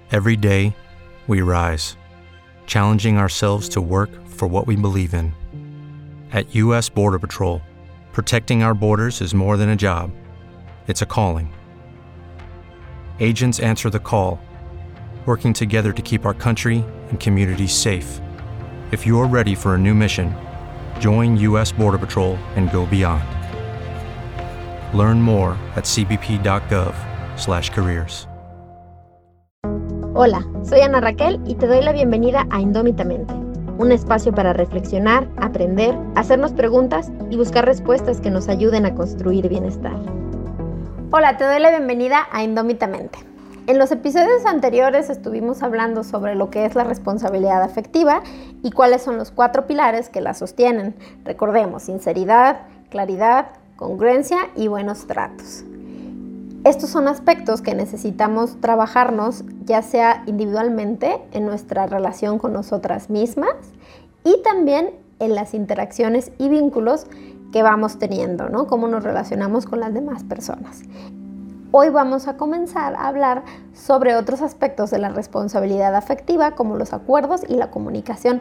Every day, we rise, challenging ourselves to work for what we believe in. At U.S. Border Patrol, protecting our borders is more than a job. It's a calling. Agents answer the call, working together to keep our country and communities safe. If you are ready for a new mission, join U.S. Border Patrol and go beyond. Learn more at cbp.gov/careers. Hola, soy Ana Raquel y te doy la bienvenida a Indómitamente, un espacio para reflexionar, aprender, hacernos preguntas y buscar respuestas que nos ayuden a construir bienestar. Hola, te doy la bienvenida a Indómitamente. En los episodios anteriores estuvimos hablando sobre lo que es la responsabilidad afectiva y cuáles son los 4 pilares que la sostienen. Recordemos, sinceridad, claridad, congruencia y buenos tratos. Estos son aspectos que necesitamos trabajarnos, ya sea individualmente en nuestra relación con nosotras mismas y también en las interacciones y vínculos que vamos teniendo, ¿no? Cómo nos relacionamos con las demás personas. Hoy vamos a comenzar a hablar sobre otros aspectos de la responsabilidad afectiva, como los acuerdos y la comunicación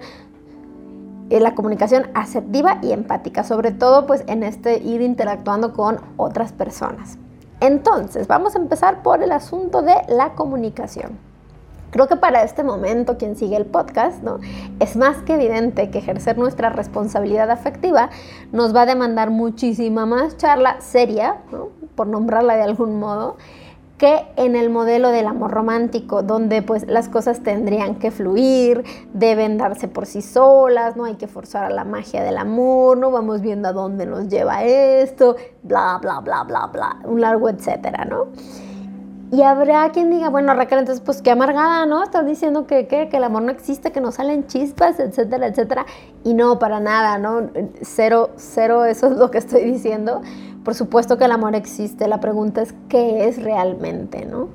asertiva y empática, sobre todo pues en ir interactuando con otras personas. Entonces, vamos a empezar por el asunto de la comunicación. Creo que para este momento, quien sigue el podcast, ¿no? Es más que evidente que ejercer nuestra responsabilidad afectiva nos va a demandar muchísima más charla seria, ¿no? Por nombrarla de algún modo, que en el modelo del amor romántico, donde pues las cosas tendrían que fluir, deben darse por sí solas, no hay que forzar a la magia del amor, no vamos viendo a dónde nos lleva esto, bla, bla, bla, bla, bla, un largo etcétera, ¿no? Y habrá quien diga, bueno, Raquel, entonces pues qué amargada, ¿no? Estás diciendo que el amor no existe, que no salen chispas, etcétera, etcétera. Y no, para nada, ¿no? Cero, eso es lo que estoy diciendo. Por supuesto que el amor existe, la pregunta es ¿qué es realmente, no?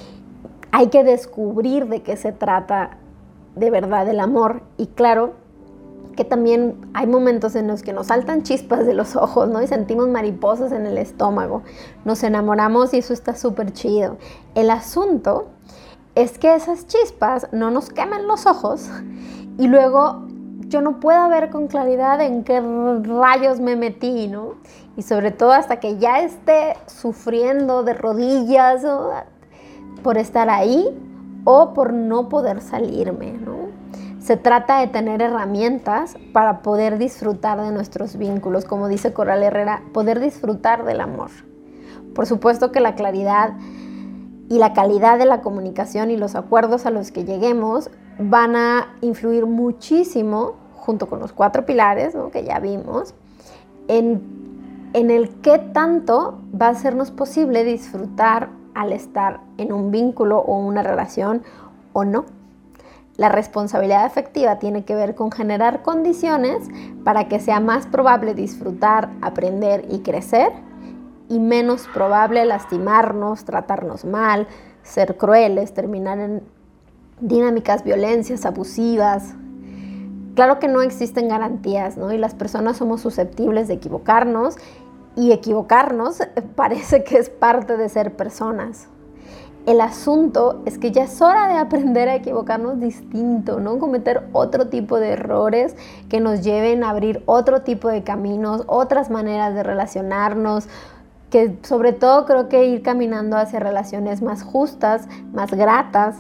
Hay que descubrir de qué se trata de verdad el amor. Y claro que también hay momentos en los que nos saltan chispas de los ojos, ¿no? Y sentimos mariposas en el estómago. Nos enamoramos y eso está súper chido. El asunto es que esas chispas no nos quemen los ojos y luego yo no pueda ver con claridad en qué rayos me metí, ¿no? Y sobre todo hasta que ya esté sufriendo de rodillas, ¿no? Por estar ahí o por no poder salirme, ¿no? Se trata de tener herramientas para poder disfrutar de nuestros vínculos, como dice Coral Herrera, poder disfrutar del amor. Por supuesto que la claridad y la calidad de la comunicación y los acuerdos a los que lleguemos van a influir muchísimo, junto con los 4 pilares, ¿no? Que ya vimos, en el qué tanto va a hacernos posible disfrutar al estar en un vínculo o una relación o no. La responsabilidad afectiva tiene que ver con generar condiciones para que sea más probable disfrutar, aprender y crecer y menos probable lastimarnos, tratarnos mal, ser crueles, terminar en dinámicas, violencias abusivas. Claro que no existen garantías, ¿no? Y las personas somos susceptibles de equivocarnos y equivocarnos parece que es parte de ser personas. El asunto es que ya es hora de aprender a equivocarnos distinto, ¿no? Cometer otro tipo de errores que nos lleven a abrir otro tipo de caminos, otras maneras de relacionarnos, que sobre todo creo que ir caminando hacia relaciones más justas, más gratas,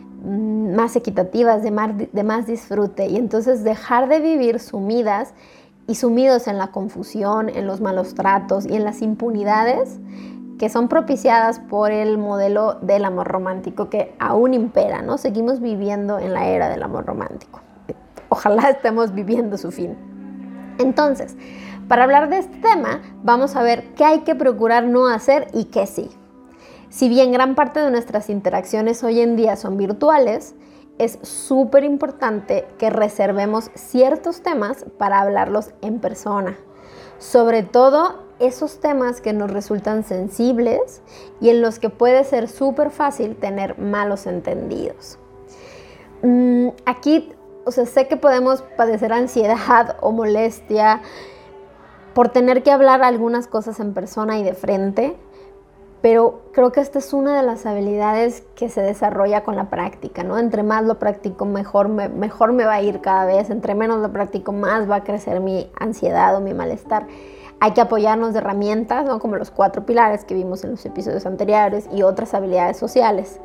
más equitativas, de más disfrute. Y entonces dejar de vivir sumidas y sumidos en la confusión, en los malos tratos y en las impunidades que son propiciadas por el modelo del amor romántico que aún impera, ¿no? Seguimos viviendo en la era del amor romántico. Ojalá estemos viviendo su fin. Entonces, para hablar de este tema, vamos a ver qué hay que procurar no hacer y qué sí. Si bien gran parte de nuestras interacciones hoy en día son virtuales, es súper importante que reservemos ciertos temas para hablarlos en persona. Sobre todo esos temas que nos resultan sensibles y en los que puede ser súper fácil tener malos entendidos. Aquí, sé que podemos padecer ansiedad o molestia por tener que hablar algunas cosas en persona y de frente, Pero creo que esta es una de las habilidades que se desarrolla con la práctica, ¿no? Entre más lo practico, mejor me va a ir cada vez. Entre menos lo practico, más va a crecer mi ansiedad o mi malestar. Hay que apoyarnos de herramientas, ¿no? Como los 4 pilares que vimos en los episodios anteriores y otras habilidades sociales.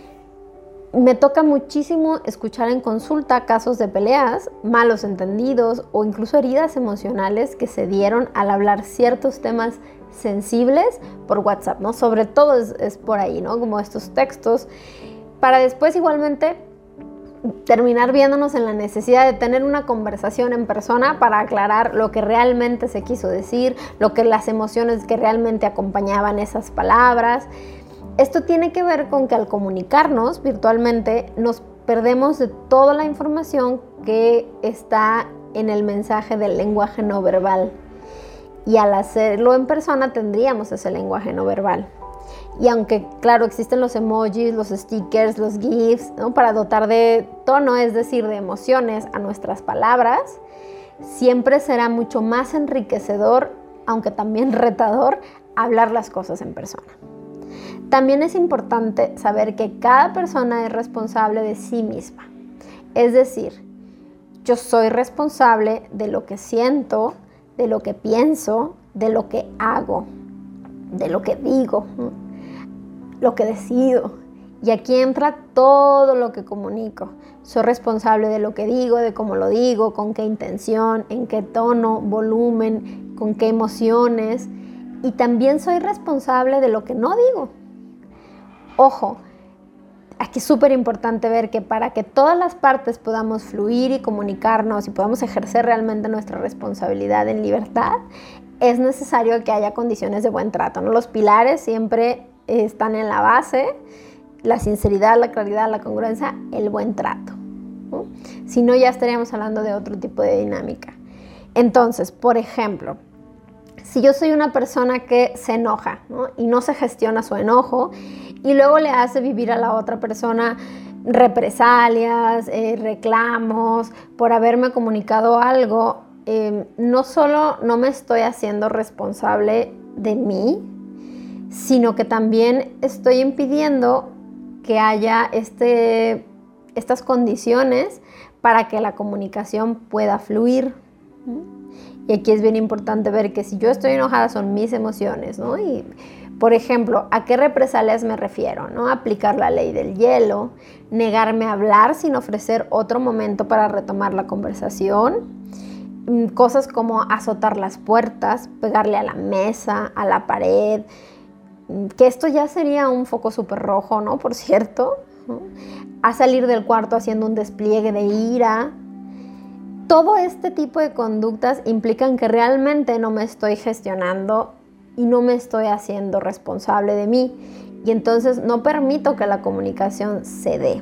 Me toca muchísimo escuchar en consulta casos de peleas, malos entendidos o incluso heridas emocionales que se dieron al hablar ciertos temas sensibles por WhatsApp, ¿no? Sobre todo es por ahí, ¿no? Como estos textos, para después igualmente terminar viéndonos en la necesidad de tener una conversación en persona para aclarar lo que realmente se quiso decir, las emociones que realmente acompañaban esas palabras. Esto tiene que ver con que al comunicarnos virtualmente nos perdemos de toda la información que está en el mensaje del lenguaje no verbal. Y al hacerlo en persona tendríamos ese lenguaje no verbal. Y aunque, claro, existen los emojis, los stickers, los GIFs, ¿no? Para dotar de tono, es decir, de emociones a nuestras palabras, siempre será mucho más enriquecedor, aunque también retador, hablar las cosas en persona. También es importante saber que cada persona es responsable de sí misma. Es decir, yo soy responsable de lo que siento, de lo que pienso, de lo que hago, de lo que digo, lo que decido. Y aquí entra todo lo que comunico. Soy responsable de lo que digo, de cómo lo digo, con qué intención, en qué tono, volumen, con qué emociones. Y también soy responsable de lo que no digo. Ojo, aquí es súper importante ver que para que todas las partes podamos fluir y comunicarnos y podamos ejercer realmente nuestra responsabilidad en libertad, es necesario que haya condiciones de buen trato, ¿no? Los pilares siempre están en la base: la sinceridad, la claridad, la congruencia, el buen trato, ¿no? Si no, ya estaríamos hablando de otro tipo de dinámica. Entonces, por ejemplo, si yo soy una persona que se enoja, ¿no? Y no se gestiona su enojo y luego le hace vivir a la otra persona represalias, reclamos por haberme comunicado algo, no solo no me estoy haciendo responsable de mí, sino que también estoy impidiendo que haya estas condiciones para que la comunicación pueda fluir. Y aquí es bien importante ver que si yo estoy enojada son mis emociones, ¿no? Y, por ejemplo, ¿a qué represalias me refiero, ¿no? Aplicar la ley del hielo, negarme a hablar sin ofrecer otro momento para retomar la conversación, cosas como azotar las puertas, pegarle a la mesa, a la pared, que esto ya sería un foco súper rojo, ¿no? Por cierto, ¿no? A salir del cuarto haciendo un despliegue de ira. Todo este tipo de conductas implican que realmente no me estoy gestionando y no me estoy haciendo responsable de mí. Y entonces no permito que la comunicación se dé.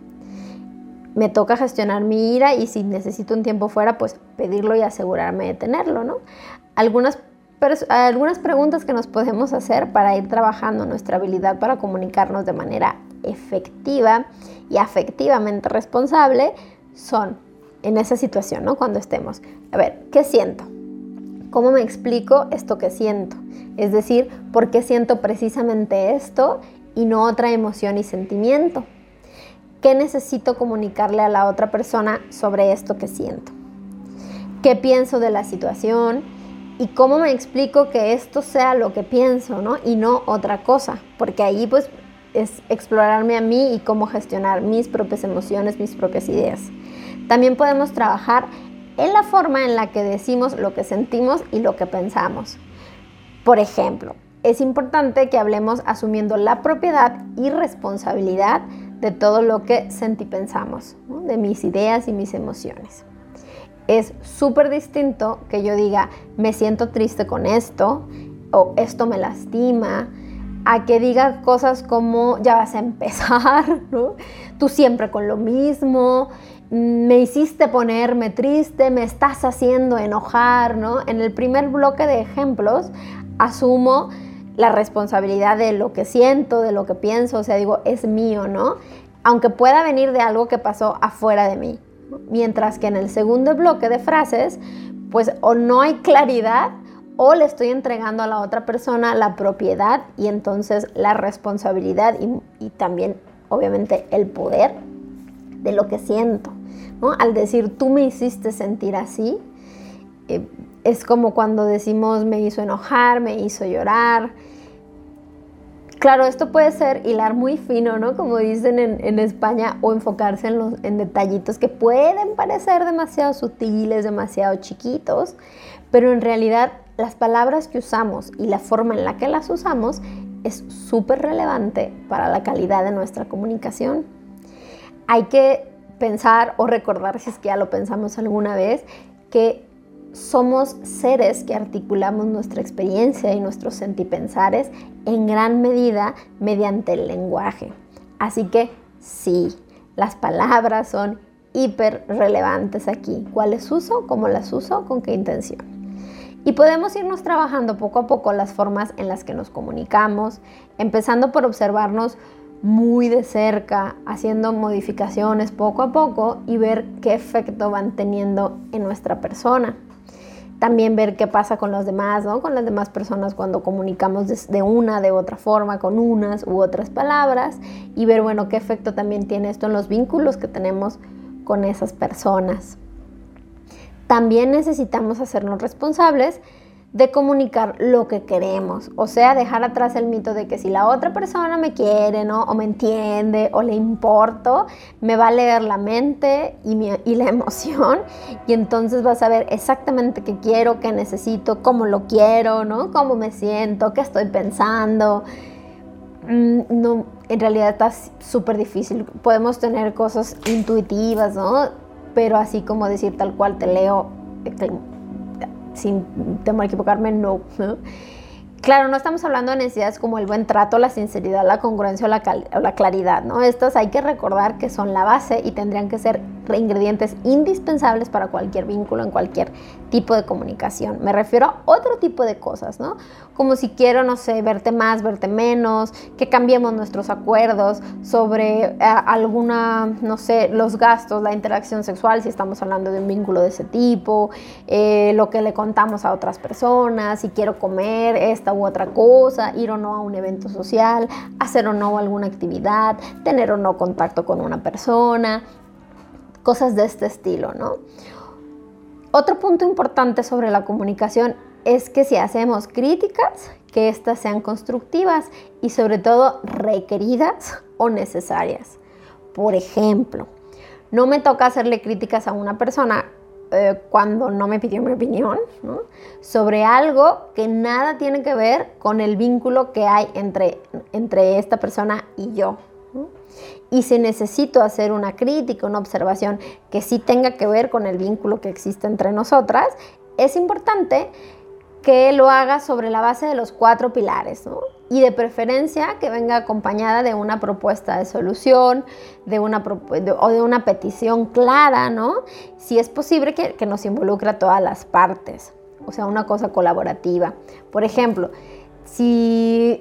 Me toca gestionar mi ira y si necesito un tiempo fuera, pues pedirlo y asegurarme de tenerlo, ¿no? Algunas preguntas que nos podemos hacer para ir trabajando nuestra habilidad para comunicarnos de manera efectiva y afectivamente responsable son: en esa situación, ¿no? Cuando estemos, a ver, ¿qué siento? ¿Cómo me explico esto que siento? Es decir, ¿por qué siento precisamente esto y no otra emoción y sentimiento? ¿Qué necesito comunicarle a la otra persona sobre esto que siento? ¿Qué pienso de la situación? ¿Y cómo me explico que esto sea lo que pienso, ¿no? Y no otra cosa? Porque ahí pues es explorarme a mí y cómo gestionar mis propias emociones, mis propias ideas. También podemos trabajar en la forma en la que decimos lo que sentimos y lo que pensamos. Por ejemplo, es importante que hablemos asumiendo la propiedad y responsabilidad de todo lo que pensamos, ¿no? De mis ideas y mis emociones. Es súper distinto que yo diga, me siento triste con esto, o esto me lastima, a que diga cosas como, ya vas a empezar, ¿no? Tú siempre con lo mismo, me hiciste ponerme triste, me estás haciendo enojar, ¿no? En el primer bloque de ejemplos asumo la responsabilidad de lo que siento, de lo que pienso, o sea, digo, es mío, ¿no? Aunque pueda venir de algo que pasó afuera de mí. Mientras que en el segundo bloque de frases, pues o no hay claridad o le estoy entregando a la otra persona la propiedad y entonces la responsabilidad y también obviamente el poder de lo que siento, ¿no? Al decir tú me hiciste sentir así, es como cuando decimos me hizo enojar, me hizo llorar. Claro, esto puede ser hilar muy fino, ¿no? Como dicen en España, o enfocarse en detallitos que pueden parecer demasiado sutiles, demasiado chiquitos, pero en realidad las palabras que usamos y la forma en la que las usamos es súper relevante para la calidad de nuestra comunicación. Hay que pensar o recordar, si es que ya lo pensamos alguna vez, que somos seres que articulamos nuestra experiencia y nuestros sentipensares en gran medida mediante el lenguaje. Así que sí, las palabras son hiper relevantes aquí. ¿Cuáles uso? ¿Cómo las uso? ¿Con qué intención? Y podemos irnos trabajando poco a poco las formas en las que nos comunicamos, empezando por observarnos muy de cerca, haciendo modificaciones poco a poco y ver qué efecto van teniendo en nuestra persona. También ver qué pasa con los demás, ¿no? Con las demás personas cuando comunicamos de otra forma, con unas u otras palabras, y ver, bueno, qué efecto también tiene esto en los vínculos que tenemos con esas personas. También necesitamos hacernos responsables de comunicar lo que queremos, o sea, dejar atrás el mito de que si la otra persona me quiere, ¿no? O me entiende, o le importo, me va a leer la mente y la emoción, y entonces va a saber exactamente qué quiero, qué necesito, cómo lo quiero, ¿no? Cómo me siento, qué estoy pensando. No, en realidad está súper difícil. Podemos tener cosas intuitivas, ¿no? Pero así como decir tal cual te leo, sin temor a equivocarme, no. Claro, no estamos hablando de necesidades como el buen trato, la sinceridad, la congruencia o la claridad, ¿no? Estas hay que recordar que son la base y tendrían que ser ingredientes indispensables para cualquier vínculo, en cualquier tipo de comunicación. Me refiero a otro tipo de cosas, ¿no? Como si quiero, no sé, verte más, verte menos, que cambiemos nuestros acuerdos sobre alguna, no sé, los gastos, la interacción sexual, si estamos hablando de un vínculo de ese tipo, lo que le contamos a otras personas, si quiero comer esta u otra cosa, ir o no a un evento social, hacer o no alguna actividad, tener o no contacto con una persona, cosas de este estilo, ¿no? Otro punto importante sobre la comunicación es que si hacemos críticas, que éstas sean constructivas y sobre todo requeridas o necesarias. Por ejemplo, no me toca hacerle críticas a una persona cuando no me pidió mi opinión, ¿no? Sobre algo que nada tiene que ver con el vínculo que hay entre esta persona y yo, ¿no? Y si necesito hacer una crítica, una observación que sí tenga que ver con el vínculo que existe entre nosotras, es importante que lo haga sobre la base de los 4 pilares, ¿no? Y de preferencia que venga acompañada de una propuesta de solución, o de una petición clara, ¿no? Si es posible que nos involucre a todas las partes, o sea, una cosa colaborativa. Por ejemplo, si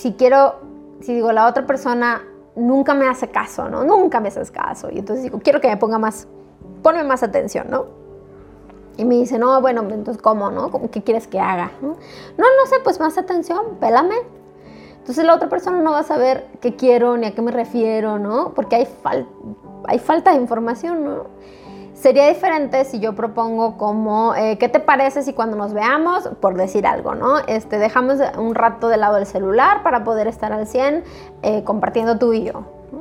digo, la otra persona nunca me hace caso, ¿no? Nunca me haces caso. Y entonces digo, quiero que me ponme más atención, ¿no? Y me dice, no, bueno, entonces, ¿cómo, no? ¿Qué quieres que haga? No sé, pues más atención, pélame. Entonces la otra persona no va a saber qué quiero ni a qué me refiero, ¿no? Porque hay falta de información, ¿no? Sería diferente si yo propongo como, ¿qué te parece si cuando nos veamos, por decir algo, ¿no? Dejamos un rato de lado el celular para poder estar al 100 compartiendo tú y yo,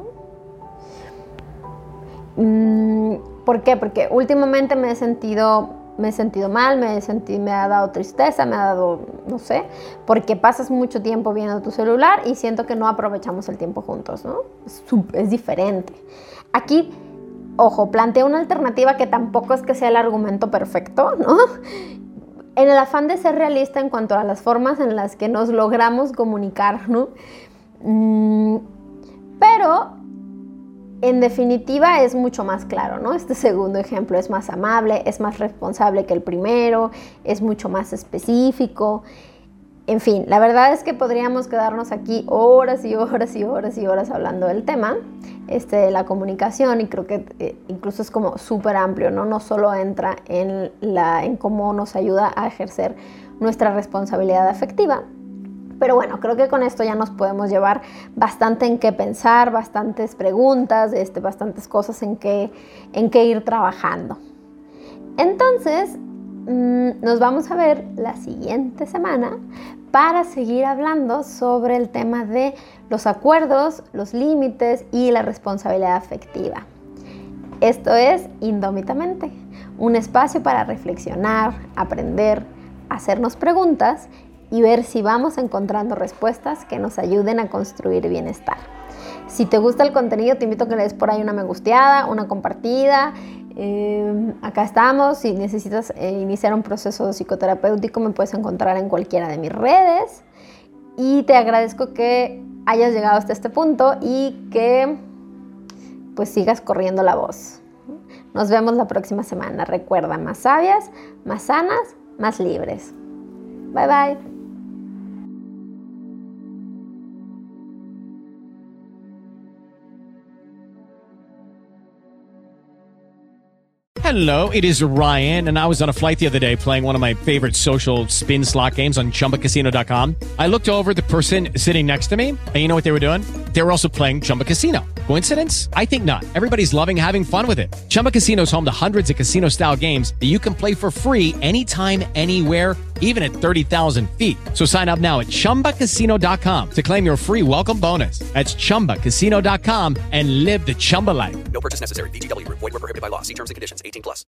¿no? ¿Por qué? Porque últimamente me he sentido mal, me ha dado tristeza, me ha dado, no sé, porque pasas mucho tiempo viendo tu celular y siento que no aprovechamos el tiempo juntos, ¿no? Es diferente. Aquí, ojo, planteo una alternativa que tampoco es que sea el argumento perfecto, ¿no? En el afán de ser realista en cuanto a las formas en las que nos logramos comunicar, ¿no? Pero en definitiva es mucho más claro, ¿no? Este segundo ejemplo es más amable, es más responsable que el primero, es mucho más específico. En fin, la verdad es que podríamos quedarnos aquí horas y horas y horas y horas hablando del tema de la comunicación, y creo que incluso es como súper amplio, ¿no? No solo entra en cómo nos ayuda a ejercer nuestra responsabilidad afectiva. Pero bueno, creo que con esto ya nos podemos llevar bastante en qué pensar, bastantes preguntas, bastantes cosas en qué ir trabajando. Entonces, nos vamos a ver la siguiente semana para seguir hablando sobre el tema de los acuerdos, los límites y la responsabilidad afectiva. Esto es Indómitamente, un espacio para reflexionar, aprender, hacernos preguntas y ver si vamos encontrando respuestas que nos ayuden a construir bienestar. Si te gusta el contenido, te invito a que le des por ahí una me gusteada, una compartida. Acá estamos. Si necesitas iniciar un proceso psicoterapéutico, me puedes encontrar en cualquiera de mis redes. Y te agradezco que hayas llegado hasta este punto y que pues sigas corriendo la voz. Nos vemos la próxima semana. Recuerda, más sabias, más sanas, más libres. Bye bye. Hello, it is Ryan, and I was on a flight the other day playing one of my favorite social spin slot games on ChumbaCasino.com. I looked over at the person sitting next to me, and you know what they were doing? They were also playing Chumba Casino. Coincidence? I think not. Everybody's loving having fun with it. Chumba Casino is home to hundreds of casino-style games that you can play for free anytime, anywhere, even at 30,000 feet. So sign up now at ChumbaCasino.com to claim your free welcome bonus. That's ChumbaCasino.com and live the Chumba life. No purchase necessary. VGW Group. Void where prohibited by law. See terms and conditions. 18+.